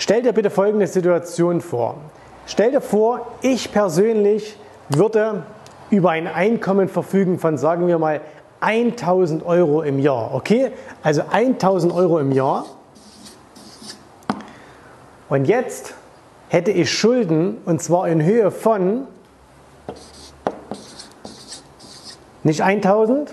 Stell dir bitte folgende Situation vor. Stell dir vor, ich persönlich würde über ein Einkommen verfügen von, sagen wir mal, 1.000 Euro im Jahr. Okay? Also 1.000 Euro im Jahr. Und jetzt hätte ich Schulden, und zwar in Höhe von nicht 1.000,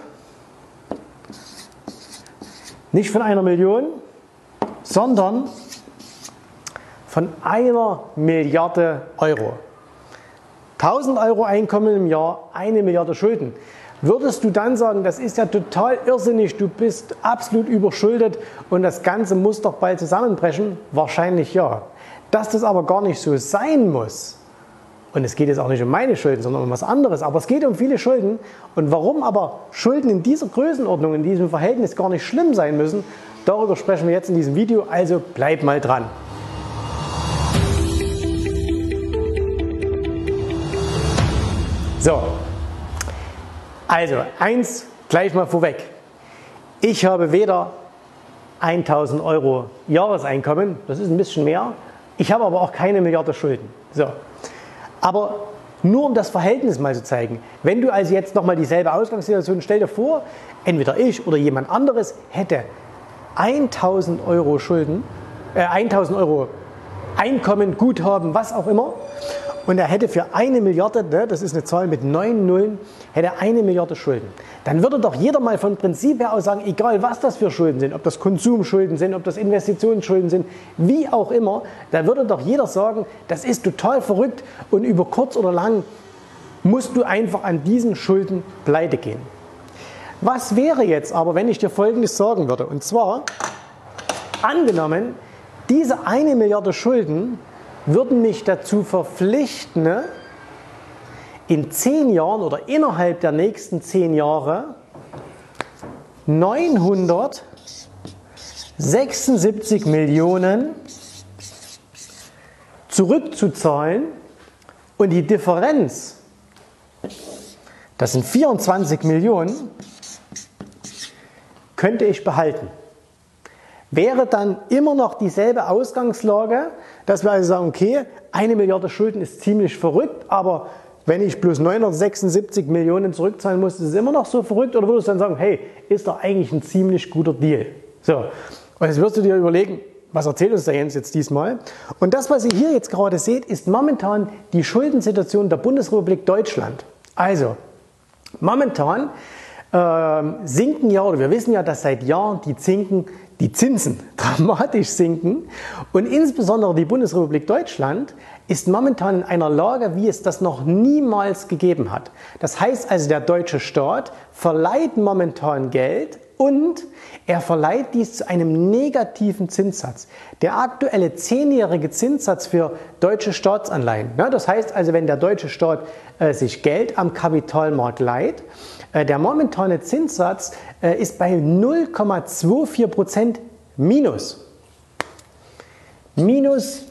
nicht von 1 Million, sondern von 1 Milliarde Euro. 1.000 Euro Einkommen im Jahr, 1 Milliarde Schulden. Würdest du dann sagen, das ist ja total irrsinnig, du bist absolut überschuldet und das Ganze muss doch bald zusammenbrechen? Wahrscheinlich ja. Dass das aber gar nicht so sein muss, und es geht jetzt auch nicht um meine Schulden, sondern um was anderes, aber es geht um viele Schulden. Und warum aber Schulden in dieser Größenordnung, in diesem Verhältnis gar nicht schlimm sein müssen, darüber sprechen wir jetzt in diesem Video, also bleib mal dran. So, also eins gleich mal vorweg. Ich habe weder 1.000 Euro Jahreseinkommen, das ist ein bisschen mehr, ich habe aber auch keine Milliarde Schulden. So. Aber nur um das Verhältnis mal zu zeigen, wenn du also jetzt nochmal dieselbe Ausgangssituation, stell dir vor, entweder ich oder jemand anderes hätte 1.000 Euro Schulden, 1.000 Euro Einkommen, Guthaben, was auch immer, und er hätte für 1 Milliarde, das ist eine Zahl mit 9 Nullen, hätte 1 Milliarde Schulden. Dann würde doch jeder mal vom Prinzip her aus sagen, egal was das für Schulden sind, ob das Konsumschulden sind, ob das Investitionsschulden sind, wie auch immer, da würde doch jeder sagen, das ist total verrückt und über kurz oder lang musst du einfach an diesen Schulden pleite gehen. Was wäre jetzt aber, wenn ich dir Folgendes sagen würde? Und zwar, angenommen, diese 1 Milliarde Schulden würden mich dazu verpflichten, in 10 Jahren oder innerhalb der nächsten 10 Jahre 976 Millionen zurückzuzahlen und die Differenz, das sind 24 Millionen, könnte ich behalten. Wäre dann immer noch dieselbe Ausgangslage, dass wir also sagen, okay, 1 Milliarde Schulden ist ziemlich verrückt, aber wenn ich bloß 976 Millionen zurückzahlen muss, ist es immer noch so verrückt? Oder würdest du dann sagen, hey, ist doch eigentlich ein ziemlich guter Deal? So, und jetzt wirst du dir überlegen, was erzählt uns der Jens jetzt diesmal? Und das, was ihr hier jetzt gerade seht, ist momentan die Schuldensituation der Bundesrepublik Deutschland. Also, momentan sinken ja, oder wir wissen ja, dass seit Jahren die Zinsen dramatisch sinken, und insbesondere die Bundesrepublik Deutschland ist momentan in einer Lage, wie es das noch niemals gegeben hat. Das heißt also, der deutsche Staat verleiht momentan Geld und er verleiht dies zu einem negativen Zinssatz. Der aktuelle 10-jährige Zinssatz für deutsche Staatsanleihen, das heißt also, wenn der deutsche Staat sich Geld am Kapitalmarkt leiht, der momentane Zinssatz ist bei 0,24% minus. Minus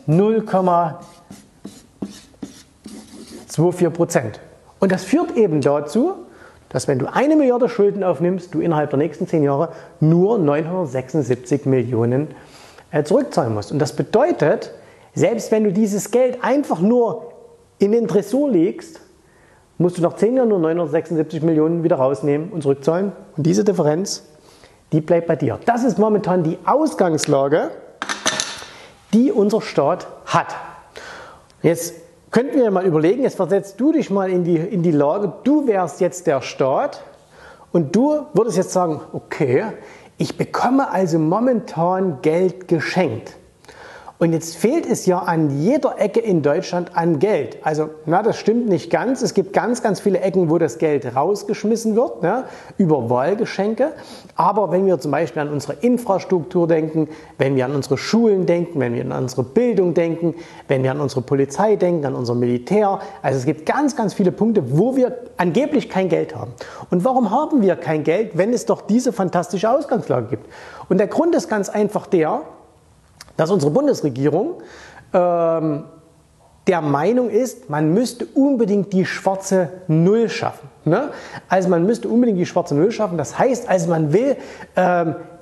0,24%. Und das führt eben dazu, dass wenn du 1 Milliarde Schulden aufnimmst, du innerhalb der nächsten 10 Jahre nur 976 Millionen zurückzahlen musst. Und das bedeutet, selbst wenn du dieses Geld einfach nur in den Tresor legst, musst du nach 10 Jahren nur 976 Millionen wieder rausnehmen und zurückzahlen. Und diese Differenz, die bleibt bei dir. Das ist momentan die Ausgangslage, die unser Staat hat. Jetzt könnten wir mal überlegen, jetzt versetzt du dich mal in die Lage, du wärst jetzt der Staat und du würdest jetzt sagen, okay, ich bekomme also momentan Geld geschenkt. Und jetzt fehlt es ja an jeder Ecke in Deutschland an Geld. Also, das stimmt nicht ganz. Es gibt ganz, ganz viele Ecken, wo das Geld rausgeschmissen wird, über Wahlgeschenke. Aber wenn wir zum Beispiel an unsere Infrastruktur denken, wenn wir an unsere Schulen denken, wenn wir an unsere Bildung denken, wenn wir an unsere Polizei denken, an unser Militär. Also es gibt ganz, ganz viele Punkte, wo wir angeblich kein Geld haben. Und warum haben wir kein Geld, wenn es doch diese fantastische Ausgangslage gibt? Und der Grund ist ganz einfach der, dass unsere Bundesregierung der Meinung ist, man müsste unbedingt die schwarze Null schaffen. Also man müsste unbedingt die schwarze Null schaffen. Das heißt also, man will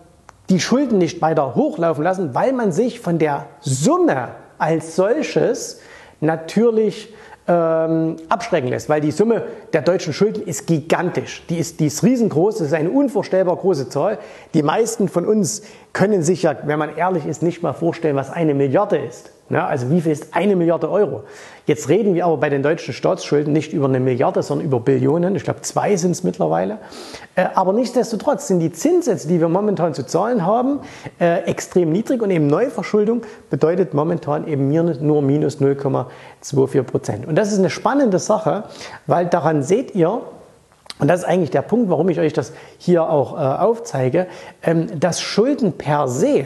die Schulden nicht weiter hochlaufen lassen, weil man sich von der Summe als solches natürlich abschrecken lässt, weil die Summe der deutschen Schulden ist gigantisch. Die ist riesengroß, das ist eine unvorstellbar große Zahl. Die meisten von uns können sich ja, wenn man ehrlich ist, nicht mal vorstellen, was 1 Milliarde ist. Ja, also wie viel ist 1 Milliarde Euro? Jetzt reden wir aber bei den deutschen Staatsschulden nicht über 1 Milliarde, sondern über Billionen. Ich glaube, 2 sind es mittlerweile. Aber nichtsdestotrotz sind die Zinssätze, die wir momentan zu zahlen haben, extrem niedrig. Und eben Neuverschuldung bedeutet momentan eben nur minus 0,24%. Und das ist eine spannende Sache, weil daran seht ihr, und das ist eigentlich der Punkt, warum ich euch das hier auch aufzeige, dass Schulden per se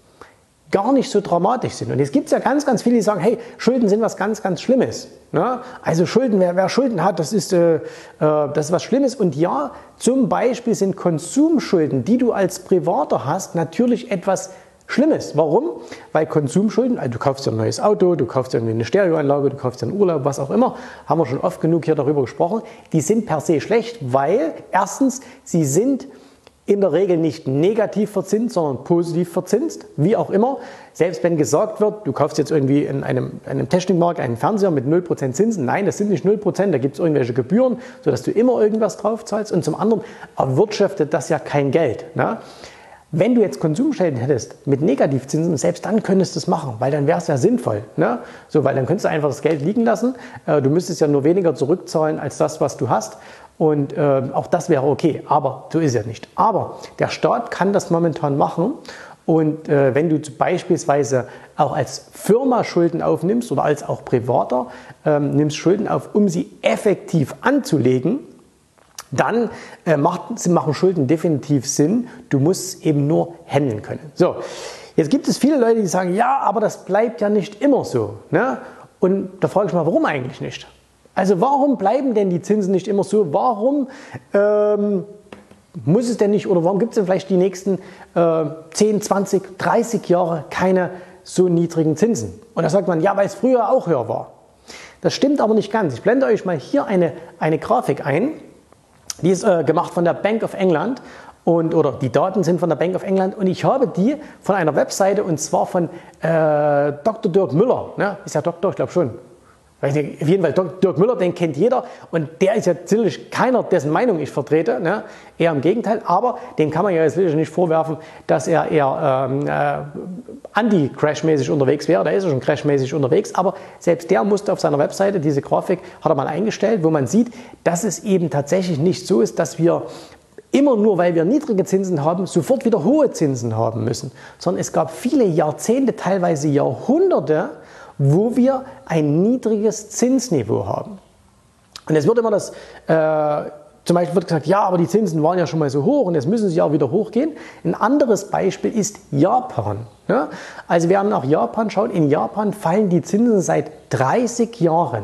gar nicht so dramatisch sind. Und jetzt gibt es ja ganz, ganz viele, die sagen, hey, Schulden sind was ganz, ganz Schlimmes. Ne? Also Schulden, wer Schulden hat, das ist was Schlimmes. Und ja, zum Beispiel sind Konsumschulden, die du als Privater hast, natürlich etwas Schlimmes. Warum? Weil Konsumschulden, also du kaufst dir ein neues Auto, du kaufst dir irgendwie eine Stereoanlage, du kaufst dir einen Urlaub, was auch immer, haben wir schon oft genug hier darüber gesprochen, die sind per se schlecht, weil erstens, sie sind in der Regel nicht negativ verzinst, sondern positiv verzinst, wie auch immer. Selbst wenn gesagt wird, du kaufst jetzt irgendwie in einem Technikmarkt einen Fernseher mit 0% Zinsen. Nein, das sind nicht 0%, da gibt es irgendwelche Gebühren, sodass du immer irgendwas drauf zahlst. Und zum anderen erwirtschaftet das ja kein Geld. Ne? Wenn du jetzt Konsumschulden hättest mit Negativzinsen, selbst dann könntest du es machen, weil dann wäre es ja sinnvoll. Ne? So, weil dann könntest du einfach das Geld liegen lassen. Du müsstest ja nur weniger zurückzahlen als das, was du hast. Und auch das wäre okay, aber so ist es ja nicht. Aber der Staat kann das momentan machen. Und wenn du beispielsweise auch als Firma Schulden aufnimmst oder als auch Privater nimmst Schulden auf, um sie effektiv anzulegen, dann machen Schulden definitiv Sinn. Du musst eben nur handeln können. So, jetzt gibt es viele Leute, die sagen, ja, aber das bleibt ja nicht immer so. Ne? Und da frage ich mal, warum eigentlich nicht? Also warum bleiben denn die Zinsen nicht immer so? Warum muss es denn nicht oder warum gibt es denn vielleicht die nächsten 10, 20, 30 Jahre keine so niedrigen Zinsen? Und da sagt man, ja, weil es früher auch höher war. Das stimmt aber nicht ganz. Ich blende euch mal hier eine Grafik ein. Die ist gemacht von der Bank of England oder die Daten sind von der Bank of England und ich habe die von einer Webseite und zwar von Dr. Dirk Müller. Ne? Ist ja Doktor, ich glaube schon. Auf jeden Fall, Dirk Müller, den kennt jeder und der ist ja ziemlich keiner, dessen Meinung ich vertrete, ne? Eher im Gegenteil, aber dem kann man ja jetzt wirklich nicht vorwerfen, dass er eher anti-Crash-mäßig unterwegs wäre, der ist ja schon Crash-mäßig unterwegs, aber selbst der musste auf seiner Webseite, diese Grafik hat er mal eingestellt, wo man sieht, dass es eben tatsächlich nicht so ist, dass wir immer nur, weil wir niedrige Zinsen haben, sofort wieder hohe Zinsen haben müssen, sondern es gab viele Jahrzehnte, teilweise Jahrhunderte, wo wir ein niedriges Zinsniveau haben. Und es wird immer zum Beispiel wird gesagt, ja, aber die Zinsen waren ja schon mal so hoch und jetzt müssen sie auch wieder hochgehen. Ein anderes Beispiel ist Japan. Ja? Also wer nach Japan schaut, in Japan fallen die Zinsen seit 30 Jahren.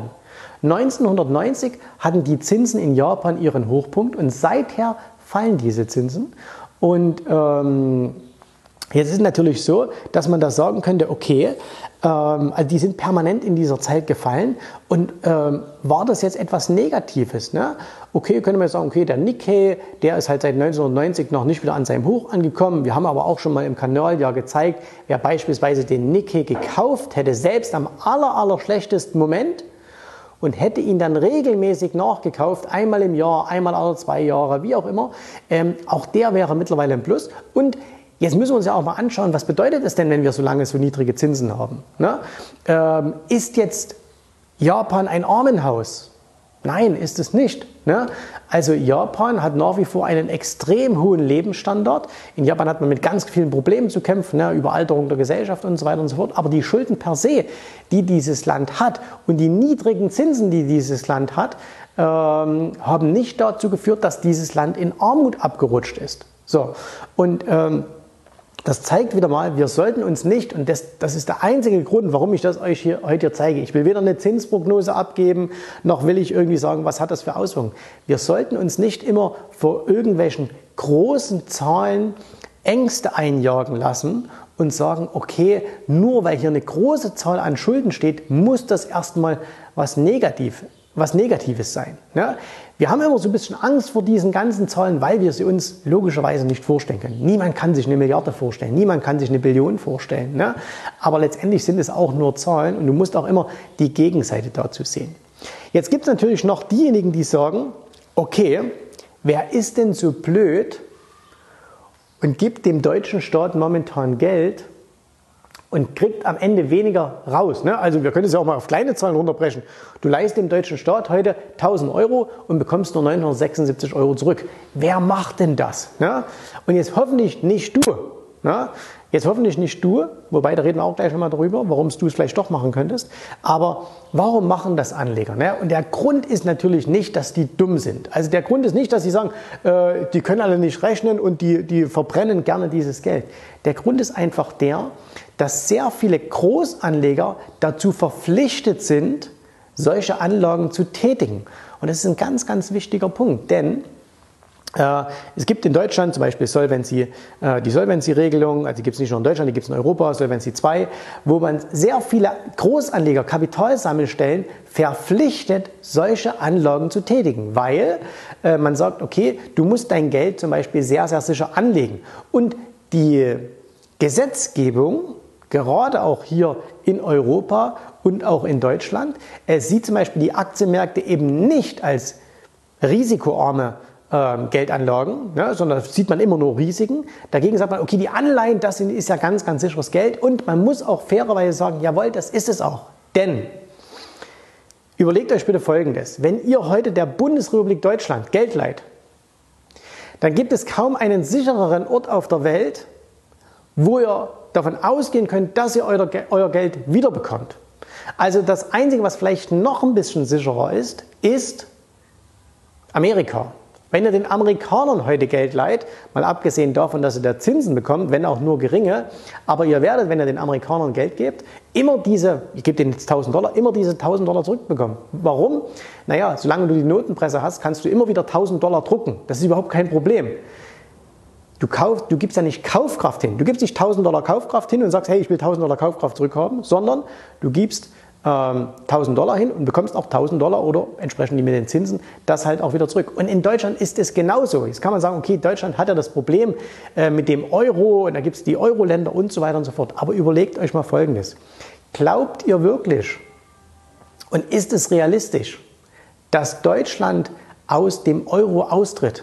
1990 hatten die Zinsen in Japan ihren Hochpunkt und seither fallen diese Zinsen. Und jetzt ist es natürlich so, dass man da sagen könnte, okay, also die sind permanent in dieser Zeit gefallen und war das jetzt etwas Negatives? Ne? Okay, könnte man sagen, okay, der Nikkei, der ist halt seit 1990 noch nicht wieder an seinem Hoch angekommen. Wir haben aber auch schon mal im Kanal ja gezeigt, wer beispielsweise den Nikkei gekauft hätte, selbst am aller schlechtesten Moment und hätte ihn dann regelmäßig nachgekauft, einmal im Jahr, einmal alle 2 Jahre, wie auch immer, auch der wäre mittlerweile im Plus. Und jetzt müssen wir uns ja auch mal anschauen, was bedeutet es denn, wenn wir so lange so niedrige Zinsen haben? Ne? Ist jetzt Japan ein Armenhaus? Nein, ist es nicht. Ne? Also Japan hat nach wie vor einen extrem hohen Lebensstandard. In Japan hat man mit ganz vielen Problemen zu kämpfen, ne? Überalterung der Gesellschaft und so weiter und so fort. Aber die Schulden per se, die dieses Land hat und die niedrigen Zinsen, die dieses Land hat, haben nicht dazu geführt, dass dieses Land in Armut abgerutscht ist. So, und das zeigt wieder mal, wir sollten uns nicht, und das ist der einzige Grund, warum ich das euch heute zeige. Ich will weder eine Zinsprognose abgeben, noch will ich irgendwie sagen, was hat das für Auswirkungen. Wir sollten uns nicht immer vor irgendwelchen großen Zahlen Ängste einjagen lassen und sagen, okay, nur weil hier eine große Zahl an Schulden steht, muss das erstmal was Negatives was Negatives sein. Ne? Wir haben immer so ein bisschen Angst vor diesen ganzen Zahlen, weil wir sie uns logischerweise nicht vorstellen können. Niemand kann sich eine Milliarde vorstellen, niemand kann sich eine Billion vorstellen. Ne? Aber letztendlich sind es auch nur Zahlen und du musst auch immer die Gegenseite dazu sehen. Jetzt gibt es natürlich noch diejenigen, die sagen, okay, wer ist denn so blöd und gibt dem deutschen Staat momentan Geld und kriegt am Ende weniger raus. Ne? Also wir können es ja auch mal auf kleine Zahlen runterbrechen. Du leihst dem deutschen Staat heute 1.000 Euro und bekommst nur 976 Euro zurück. Wer macht denn das? Ne? Und jetzt hoffentlich nicht du. Ne? Jetzt hoffentlich nicht du, wobei da reden wir auch gleich nochmal darüber, warum du es vielleicht doch machen könntest. Aber warum machen das Anleger? Ne? Und der Grund ist natürlich nicht, dass die dumm sind. Also der Grund ist nicht, dass sie sagen, die können alle nicht rechnen und die verbrennen gerne dieses Geld. Der Grund ist einfach der, dass sehr viele Großanleger dazu verpflichtet sind, solche Anlagen zu tätigen. Und das ist ein ganz, ganz wichtiger Punkt, denn es gibt in Deutschland zum Beispiel die Solvency-Regelung, also die gibt es nicht nur in Deutschland, die gibt es in Europa, Solvency 2, wo man sehr viele Großanleger, Kapitalsammelstellen verpflichtet, solche Anlagen zu tätigen, weil man sagt, okay, du musst dein Geld zum Beispiel sehr, sehr sicher anlegen. Und die Gesetzgebung, gerade auch hier in Europa und auch in Deutschland, sieht zum Beispiel die Aktienmärkte eben nicht als risikoarme Geldanlagen, ne, sondern sieht man immer nur Risiken. Dagegen sagt man, okay, die Anleihen, das ist ja ganz, ganz sicheres Geld und man muss auch fairerweise sagen, jawohl, das ist es auch. Denn, überlegt euch bitte Folgendes, wenn ihr heute der Bundesrepublik Deutschland Geld leiht, dann gibt es kaum einen sichereren Ort auf der Welt, wo ihr davon ausgehen könnt, dass ihr euer Geld wiederbekommt. Also das Einzige, was vielleicht noch ein bisschen sicherer ist, ist Amerika. Wenn ihr den Amerikanern heute Geld leiht, mal abgesehen davon, dass ihr da Zinsen bekommt, wenn auch nur geringe, aber ihr werdet, wenn ihr den Amerikanern Geld gebt, ich gebe denen jetzt 1.000 Dollar, immer diese 1.000 Dollar zurückbekommen. Warum? Naja, solange du die Notenpresse hast, kannst du immer wieder 1.000 Dollar drucken. Das ist überhaupt kein Problem. Du gibst ja nicht Kaufkraft hin. Du gibst nicht 1.000 Dollar Kaufkraft hin und sagst, hey, ich will 1.000 Dollar Kaufkraft zurückhaben, sondern du gibst 1.000 Dollar hin und bekommst auch 1.000 Dollar oder entsprechend die mit den Zinsen das halt auch wieder zurück. Und in Deutschland ist es genauso. Jetzt kann man sagen, okay, Deutschland hat ja das Problem mit dem Euro und da gibt es die Euro-Länder und so weiter und so fort. Aber überlegt euch mal Folgendes. Glaubt ihr wirklich und ist es realistisch, dass Deutschland aus dem Euro austritt?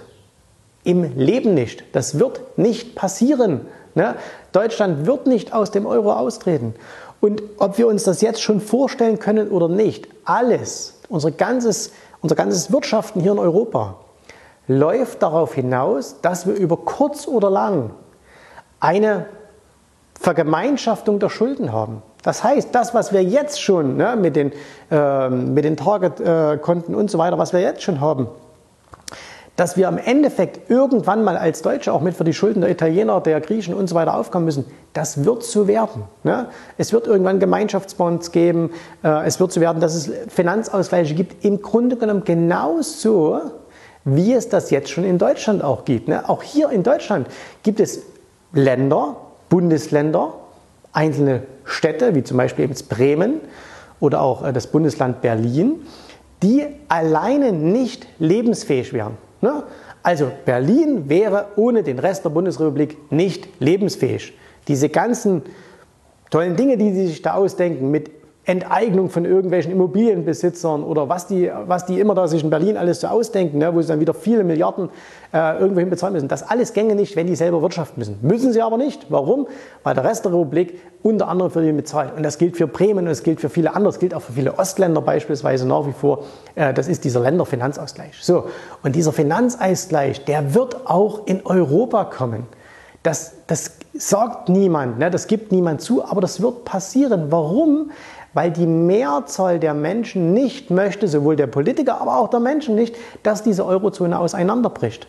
Im Leben nicht. Das wird nicht passieren. Ne? Deutschland wird nicht aus dem Euro austreten. Und ob wir uns das jetzt schon vorstellen können oder nicht, alles, unser ganzes Wirtschaften hier in Europa, läuft darauf hinaus, dass wir über kurz oder lang eine Vergemeinschaftung der Schulden haben. Das heißt, das, was wir jetzt schon mit den Target-Konten und so weiter, was wir jetzt schon haben, dass wir im Endeffekt irgendwann mal als Deutsche auch mit für die Schulden der Italiener, der Griechen und so weiter aufkommen müssen, das wird so werden. Ne? Es wird irgendwann Gemeinschaftsbonds geben, es wird so werden, dass es Finanzausgleiche gibt, im Grunde genommen genauso, wie es das jetzt schon in Deutschland auch gibt. Ne? Auch hier in Deutschland gibt es Länder, Bundesländer, einzelne Städte, wie zum Beispiel eben Bremen oder auch das Bundesland Berlin, die alleine nicht lebensfähig wären. Also Berlin wäre ohne den Rest der Bundesrepublik nicht lebensfähig. Diese ganzen tollen Dinge, die sie sich da ausdenken mit Enteignung von irgendwelchen Immobilienbesitzern oder was die immer da sich in Berlin alles so ausdenken, wo sie dann wieder viele Milliarden irgendwohin bezahlen müssen. Das alles gänge nicht, wenn die selber wirtschaften müssen. Müssen sie aber nicht. Warum? Weil der Rest der Republik unter anderem für die bezahlt. Und das gilt für Bremen und das gilt für viele andere. Das gilt auch für viele Ostländer beispielsweise nach wie vor. Das ist dieser Länderfinanzausgleich. So. Und dieser Finanzausgleich, der wird auch in Europa kommen. Das sagt niemand, das gibt niemand zu, aber das wird passieren. Warum? Weil die Mehrzahl der Menschen nicht möchte, sowohl der Politiker, aber auch der Menschen nicht, dass diese Eurozone auseinanderbricht.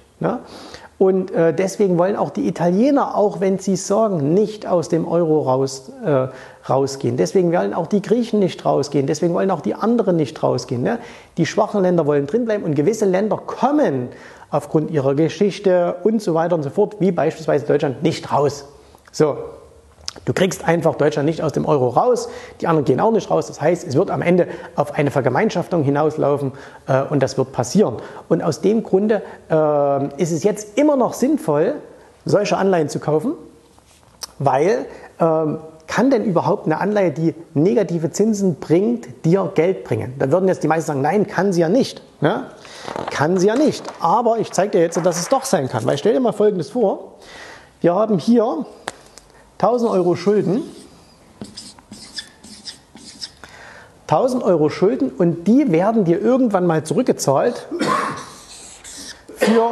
Und deswegen wollen auch die Italiener, auch wenn sie es sagen, nicht aus dem Euro rausgehen. Deswegen wollen auch die Griechen nicht rausgehen. Deswegen wollen auch die anderen nicht rausgehen. Die schwachen Länder wollen drinbleiben und gewisse Länder kommen aufgrund ihrer Geschichte und so weiter und so fort, wie beispielsweise Deutschland, nicht raus. So. Du kriegst einfach Deutschland nicht aus dem Euro raus, die anderen gehen auch nicht raus. Das heißt, es wird am Ende auf eine Vergemeinschaftung hinauslaufen und das wird passieren. Und aus dem Grunde ist es jetzt immer noch sinnvoll, solche Anleihen zu kaufen, weil kann denn überhaupt eine Anleihe, die negative Zinsen bringt, dir Geld bringen? Da würden jetzt die meisten sagen, nein, kann sie ja nicht. Ne? Kann sie ja nicht. Aber ich zeige dir jetzt, dass es doch sein kann. Weil stell dir mal Folgendes vor. Wir haben hier 1000 Euro Schulden. 1000 Euro Schulden und die werden dir irgendwann mal zurückgezahlt für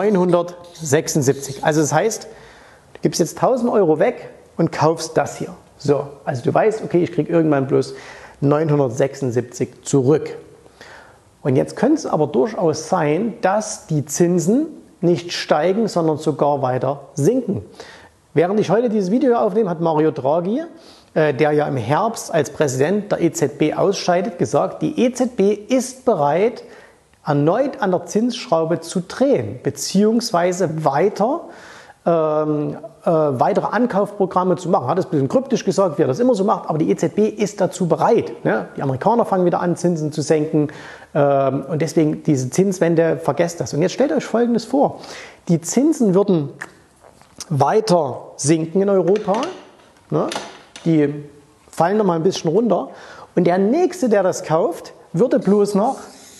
976. Also das heißt, du gibst jetzt 1000 Euro weg und kaufst das hier. So, also du weißt, okay, ich kriege irgendwann bloß 976 zurück. Und jetzt könnte es aber durchaus sein, dass die Zinsen nicht steigen, sondern sogar weiter sinken. Während ich heute dieses Video aufnehme, hat Mario Draghi, der ja im Herbst als Präsident der EZB ausscheidet, gesagt, die EZB ist bereit, erneut an der Zinsschraube zu drehen, beziehungsweise weitere Ankaufprogramme zu machen. Hat es ein bisschen kryptisch gesagt, wie er das immer so macht, aber die EZB ist dazu bereit. Ne? Die Amerikaner fangen wieder an, Zinsen zu senken und deswegen diese Zinswende, vergesst das. Und jetzt stellt euch Folgendes vor. Die Zinsen würden weiter sinken in Europa, ne? Die fallen noch mal ein bisschen runter und der Nächste, der das kauft, würde bloß noch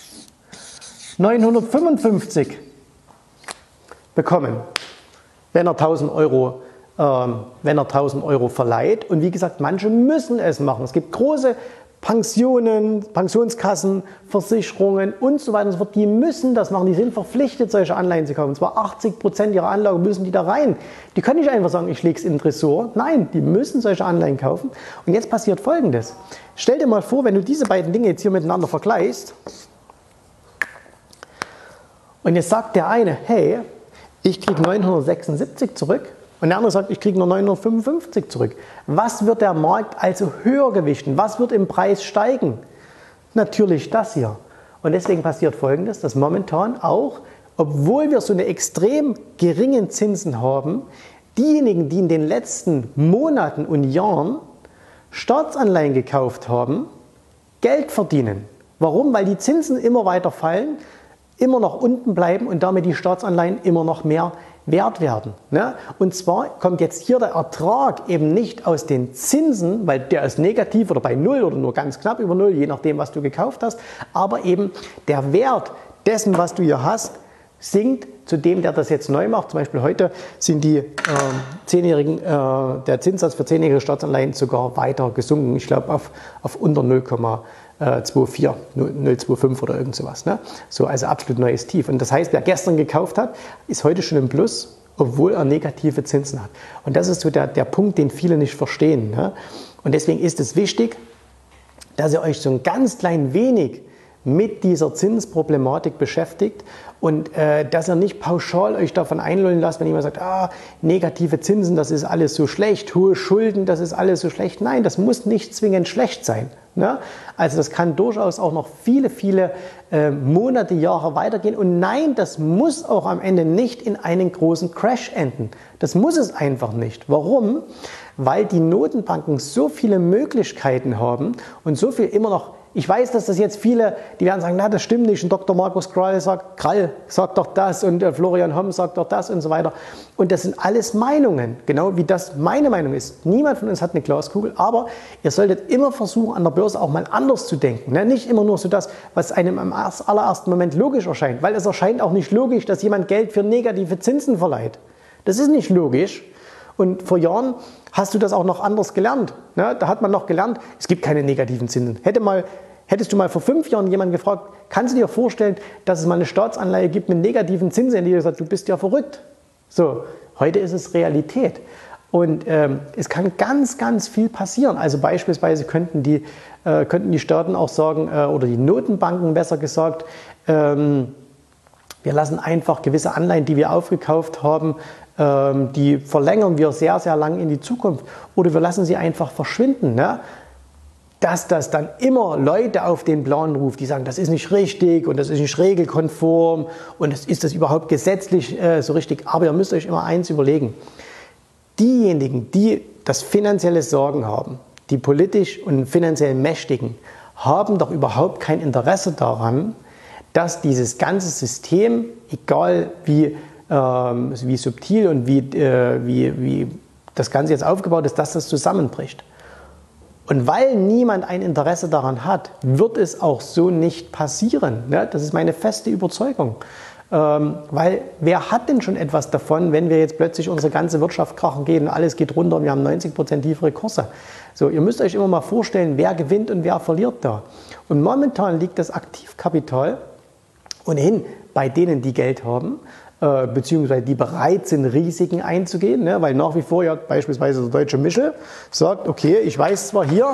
955 bekommen, wenn er 1000 Euro verleiht. Und wie gesagt, manche müssen es machen. Es gibt große Pensionen, Pensionskassen, Versicherungen und so weiter und so fort. Die müssen das machen. Die sind verpflichtet, solche Anleihen zu kaufen. Und zwar 80% ihrer Anlage müssen die da rein. Die können nicht einfach sagen, ich lege es in den Tresor. Nein, die müssen solche Anleihen kaufen. Und jetzt passiert Folgendes. Stell dir mal vor, wenn du diese beiden Dinge jetzt hier miteinander vergleichst. Und jetzt sagt der eine, hey, ich kriege 976 zurück und der andere sagt, ich kriege nur 955 zurück. Was wird der Markt also höher gewichten? Was wird im Preis steigen? Natürlich das hier. Und deswegen passiert Folgendes, dass momentan auch, obwohl wir so eine extrem geringen Zinsen haben, diejenigen, die in den letzten Monaten und Jahren Staatsanleihen gekauft haben, Geld verdienen. Warum? Weil die Zinsen immer weiter fallen, immer noch unten bleiben und damit die Staatsanleihen immer noch mehr wert werden. Ne? Und zwar kommt jetzt hier der Ertrag eben nicht aus den Zinsen, weil der ist negativ oder bei Null oder nur ganz knapp über Null, je nachdem, was du gekauft hast, aber eben der Wert dessen, was du hier hast, sinkt zu dem, der das jetzt neu macht. Zum Beispiel heute sind die der Zinssatz für 10-jährige Staatsanleihen sogar weiter gesunken. Ich glaube auf unter 0,24, 0,25 oder irgend sowas. Ne? So, also absolut neues Tief. Und das heißt, wer gestern gekauft hat, ist heute schon im Plus, obwohl er negative Zinsen hat. Und das ist so der Punkt, den viele nicht verstehen. Ne? Und deswegen ist es wichtig, dass ihr euch so ein ganz klein wenig mit dieser Zinsproblematik beschäftigt und dass ihr nicht pauschal euch davon einlullen lasst, wenn jemand sagt, negative Zinsen, das ist alles so schlecht, hohe Schulden, das ist alles so schlecht. Nein, das muss nicht zwingend schlecht sein. Ne? Also das kann durchaus auch noch viele, viele Monate, Jahre weitergehen. Und nein, das muss auch am Ende nicht in einen großen Crash enden. Das muss es einfach nicht. Warum? Weil die Notenbanken so viele Möglichkeiten haben und so viel immer noch. Ich weiß, dass das jetzt viele, die werden sagen, na, das stimmt nicht. Und Dr. Markus Krall sagt doch das und Florian Homm sagt doch das und so weiter. Und das sind alles Meinungen, genau wie das meine Meinung ist. Niemand von uns hat eine Glaskugel, aber ihr solltet immer versuchen, an der Börse auch mal anders zu denken. Ne? Nicht immer nur so das, was einem im allerersten Moment logisch erscheint, weil es erscheint auch nicht logisch, dass jemand Geld für negative Zinsen verleiht. Das ist nicht logisch. Und vor Jahren hast du das auch noch anders gelernt. Ne? Da hat man noch gelernt, es gibt keine negativen Zinsen. Hättest du mal vor 5 Jahren jemanden gefragt, kannst du dir vorstellen, dass es mal eine Staatsanleihe gibt mit negativen Zinsen? Und die hat gesagt, du bist ja verrückt. So, heute ist es Realität. Und es kann ganz, ganz viel passieren. Also beispielsweise könnten die Staaten auch sagen, oder die Notenbanken besser gesagt, wir lassen einfach gewisse Anleihen, die wir aufgekauft haben, die verlängern wir sehr, sehr lang in die Zukunft. Oder wir lassen sie einfach verschwinden. Ne? Dass das dann immer Leute auf den Plan ruft, die sagen, das ist nicht richtig und das ist nicht regelkonform und ist das überhaupt gesetzlich so richtig. Aber ihr müsst euch immer eins überlegen. Diejenigen, die das finanzielle Sorgen haben, die politisch und finanziell Mächtigen, haben doch überhaupt kein Interesse daran, dass dieses ganze System, egal wie subtil und wie das Ganze jetzt aufgebaut ist, dass das zusammenbricht. Und weil niemand ein Interesse daran hat, wird es auch so nicht passieren. Ne? Das ist meine feste Überzeugung. Weil wer hat denn schon etwas davon, wenn wir jetzt plötzlich unsere ganze Wirtschaft krachen geht und alles geht runter und wir haben 90% tiefere Kurse? So, ihr müsst euch immer mal vorstellen, wer gewinnt und wer verliert da. Und momentan liegt das Aktivkapital ohnehin bei denen, die Geld haben, beziehungsweise die bereit sind, Risiken einzugehen, ne? Weil nach wie vor ja beispielsweise der deutsche Michel sagt, okay, ich weiß zwar hier,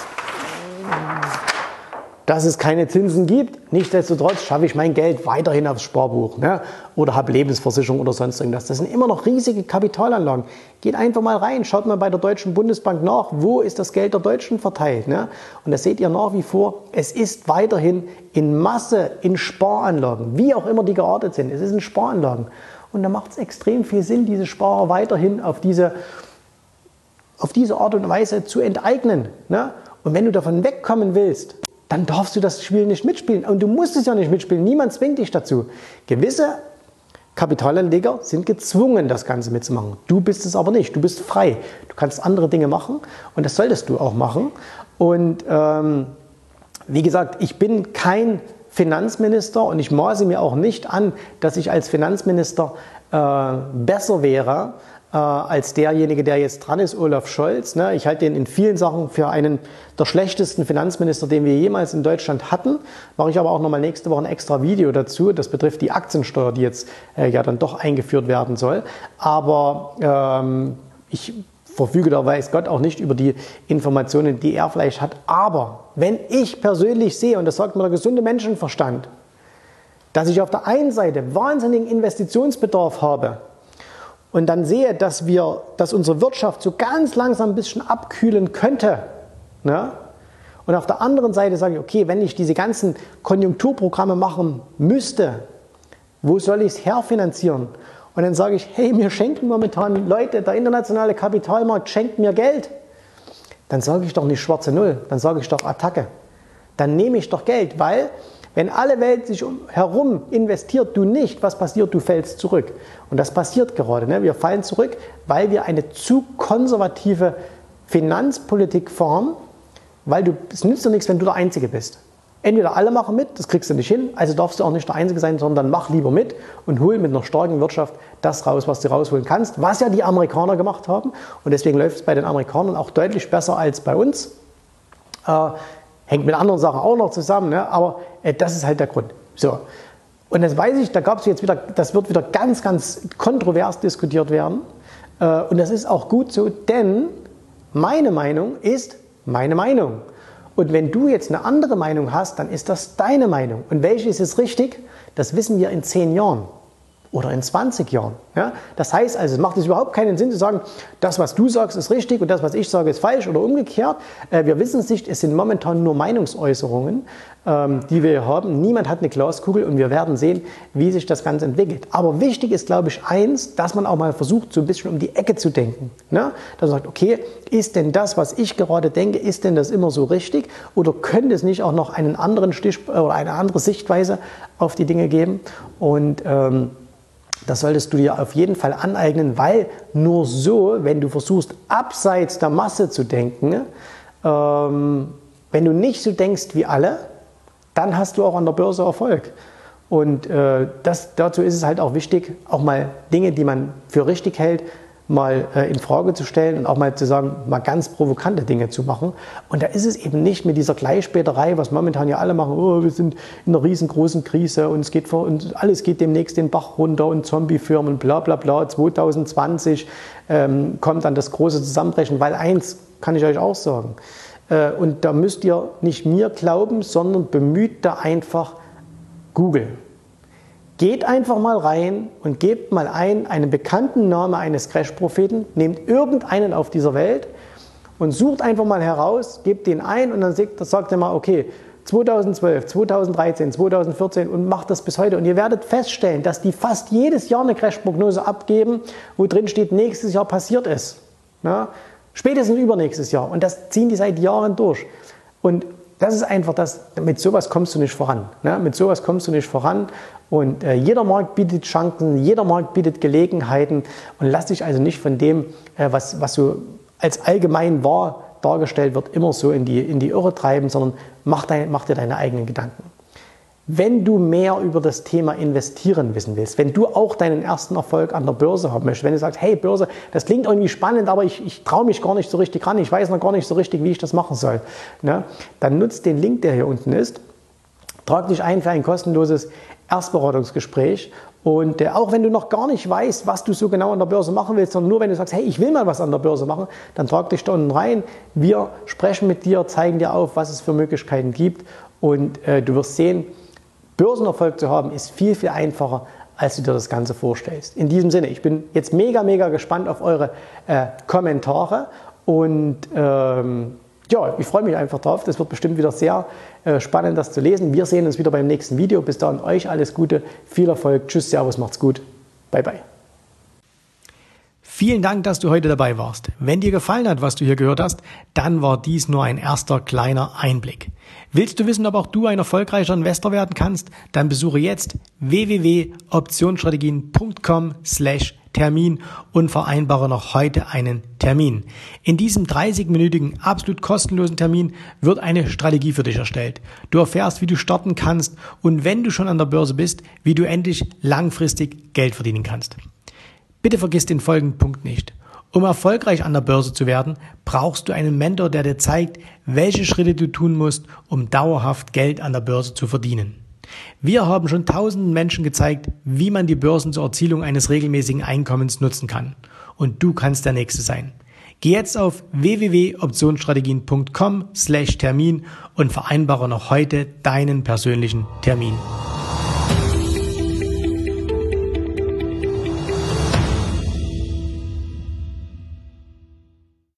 dass es keine Zinsen gibt, nichtsdestotrotz schaffe ich mein Geld weiterhin aufs Sparbuch, ne? Oder habe Lebensversicherung oder sonst irgendwas. Das sind immer noch riesige Kapitalanlagen. Geht einfach mal rein, schaut mal bei der Deutschen Bundesbank nach, wo ist das Geld der Deutschen verteilt. Ne? Und da seht ihr nach wie vor, es ist weiterhin in Masse in Sparanlagen, wie auch immer die geartet sind. Es ist in Sparanlagen. Und da macht es extrem viel Sinn, diese Sparer weiterhin auf diese Art und Weise zu enteignen. Ne? Und wenn du davon wegkommen willst, dann darfst du das Spiel nicht mitspielen. Und du musst es ja nicht mitspielen. Niemand zwingt dich dazu. Gewisse Kapitalanleger sind gezwungen, das Ganze mitzumachen. Du bist es aber nicht. Du bist frei. Du kannst andere Dinge machen und das solltest du auch machen. Und wie gesagt, ich bin kein Finanzminister und ich maße mir auch nicht an, dass ich als Finanzminister besser wäre als derjenige, der jetzt dran ist, Olaf Scholz. Ne? Ich halte ihn in vielen Sachen für einen der schlechtesten Finanzminister, den wir jemals in Deutschland hatten. Mache ich aber auch nochmal nächste Woche ein extra Video dazu. Das betrifft die Aktiensteuer, die jetzt ja dann doch eingeführt werden soll. Aber ich verfüge da, weiß Gott, auch nicht über die Informationen, die er vielleicht hat. Aber wenn ich persönlich sehe, und das sagt mir der gesunde Menschenverstand, dass ich auf der einen Seite wahnsinnigen Investitionsbedarf habe, und dann sehe, dass unsere Wirtschaft so ganz langsam ein bisschen abkühlen könnte. Ne? Und auf der anderen Seite sage ich, okay, wenn ich diese ganzen Konjunkturprogramme machen müsste, wo soll ich es herfinanzieren? Und dann sage ich, hey, mir schenken momentan Leute, der internationale Kapitalmarkt schenkt mir Geld. Dann sage ich doch nicht schwarze Null, dann sage ich doch Attacke. Dann nehme ich doch Geld, weil wenn alle Welt sich herum investiert, du nicht, was passiert? Du fällst zurück. Und das passiert gerade. Ne? Wir fallen zurück, weil wir eine zu konservative Finanzpolitik fahren, weil es nützt dir nichts, wenn du der Einzige bist. Entweder alle machen mit, das kriegst du nicht hin, also darfst du auch nicht der Einzige sein, sondern mach lieber mit und hol mit einer starken Wirtschaft das raus, was du rausholen kannst, was ja die Amerikaner gemacht haben. Und deswegen läuft es bei den Amerikanern auch deutlich besser als bei uns. Hängt mit anderen Sachen auch noch zusammen, ne? Aber das ist halt der Grund. So. Und das weiß ich, das wird wieder ganz, ganz kontrovers diskutiert werden. Und das ist auch gut so, denn meine Meinung ist meine Meinung. Und wenn du jetzt eine andere Meinung hast, dann ist das deine Meinung. Und welche ist jetzt richtig? Das wissen wir in 10 Jahren. Oder in 20 Jahren. Ja? Das heißt also, es macht es überhaupt keinen Sinn zu sagen, das, was du sagst, ist richtig und das, was ich sage, ist falsch oder umgekehrt. Wir wissen es nicht, es sind momentan nur Meinungsäußerungen, die wir hier haben. Niemand hat eine Glaskugel und wir werden sehen, wie sich das Ganze entwickelt. Aber wichtig ist, glaube ich, eins, dass man auch mal versucht, so ein bisschen um die Ecke zu denken. Ne? Dass man sagt, okay, ist denn das, was ich gerade denke, ist denn das immer so richtig? Oder könnte es nicht auch noch einen anderen oder eine andere Sichtweise auf die Dinge geben? Und das solltest du dir auf jeden Fall aneignen, weil nur so, wenn du versuchst, abseits der Masse zu denken, wenn du nicht so denkst wie alle, dann hast du auch an der Börse Erfolg. Und dazu ist es halt auch wichtig, auch mal Dinge, die man für richtig hält, mal in Frage zu stellen und auch mal zu sagen, mal ganz provokante Dinge zu machen. Und da ist es eben nicht mit dieser Gleichspäterei, was momentan ja alle machen, oh, wir sind in einer riesengroßen Krise und alles geht demnächst den Bach runter und Zombiefirmen und bla bla bla. 2020 kommt dann das große Zusammenbrechen, weil eins kann ich euch auch sagen, und da müsst ihr nicht mir glauben, sondern bemüht da einfach Google. Geht einfach mal rein und gebt mal einen bekannten Namen eines Crash-Propheten, nehmt irgendeinen auf dieser Welt und sucht einfach mal heraus, gebt den ein und dann sagt ihr mal, okay, 2012, 2013, 2014 und macht das bis heute. Und ihr werdet feststellen, dass die fast jedes Jahr eine Crash-Prognose abgeben, wo drin steht, nächstes Jahr passiert es. Ja? Spätestens übernächstes Jahr. Und das ziehen die seit Jahren durch. Und das ist einfach das, mit sowas kommst du nicht voran. Ne? Mit sowas kommst du nicht voran. Und jeder Markt bietet Chancen, jeder Markt bietet Gelegenheiten. Und lass dich also nicht von dem, was so als allgemein wahr dargestellt wird, immer so in die Irre treiben, sondern mach dir deine eigenen Gedanken. Wenn du mehr über das Thema Investieren wissen willst, wenn du auch deinen ersten Erfolg an der Börse haben möchtest, wenn du sagst, hey Börse, das klingt irgendwie spannend, aber ich traue mich gar nicht so richtig ran, ich weiß noch gar nicht so richtig, wie ich das machen soll, ne? Dann nutzt den Link, der hier unten ist, trag dich ein für ein kostenloses Erstberatungsgespräch und auch wenn du noch gar nicht weißt, was du so genau an der Börse machen willst, sondern nur wenn du sagst, hey, ich will mal was an der Börse machen, dann trag dich da unten rein, wir sprechen mit dir, zeigen dir auf, was es für Möglichkeiten gibt und du wirst sehen, Börsenerfolg zu haben ist viel, viel einfacher, als du dir das Ganze vorstellst. In diesem Sinne, ich bin jetzt mega, mega gespannt auf eure Kommentare und ja, ich freue mich einfach drauf. Das wird bestimmt wieder sehr spannend, das zu lesen. Wir sehen uns wieder beim nächsten Video. Bis dahin euch alles Gute, viel Erfolg. Tschüss, Servus, macht's gut. Bye, bye. Vielen Dank, dass du heute dabei warst. Wenn dir gefallen hat, was du hier gehört hast, dann war dies nur ein erster kleiner Einblick. Willst du wissen, ob auch du ein erfolgreicher Investor werden kannst? Dann besuche jetzt www.optionsstrategien.com/Termin und vereinbare noch heute einen Termin. In diesem 30-minütigen, absolut kostenlosen Termin wird eine Strategie für dich erstellt. Du erfährst, wie du starten kannst und wenn du schon an der Börse bist, wie du endlich langfristig Geld verdienen kannst. Bitte vergiss den folgenden Punkt nicht. Um erfolgreich an der Börse zu werden, brauchst du einen Mentor, der dir zeigt, welche Schritte du tun musst, um dauerhaft Geld an der Börse zu verdienen. Wir haben schon tausenden Menschen gezeigt, wie man die Börsen zur Erzielung eines regelmäßigen Einkommens nutzen kann. Und du kannst der Nächste sein. Geh jetzt auf www.optionsstrategien.com/Termin und vereinbare noch heute deinen persönlichen Termin.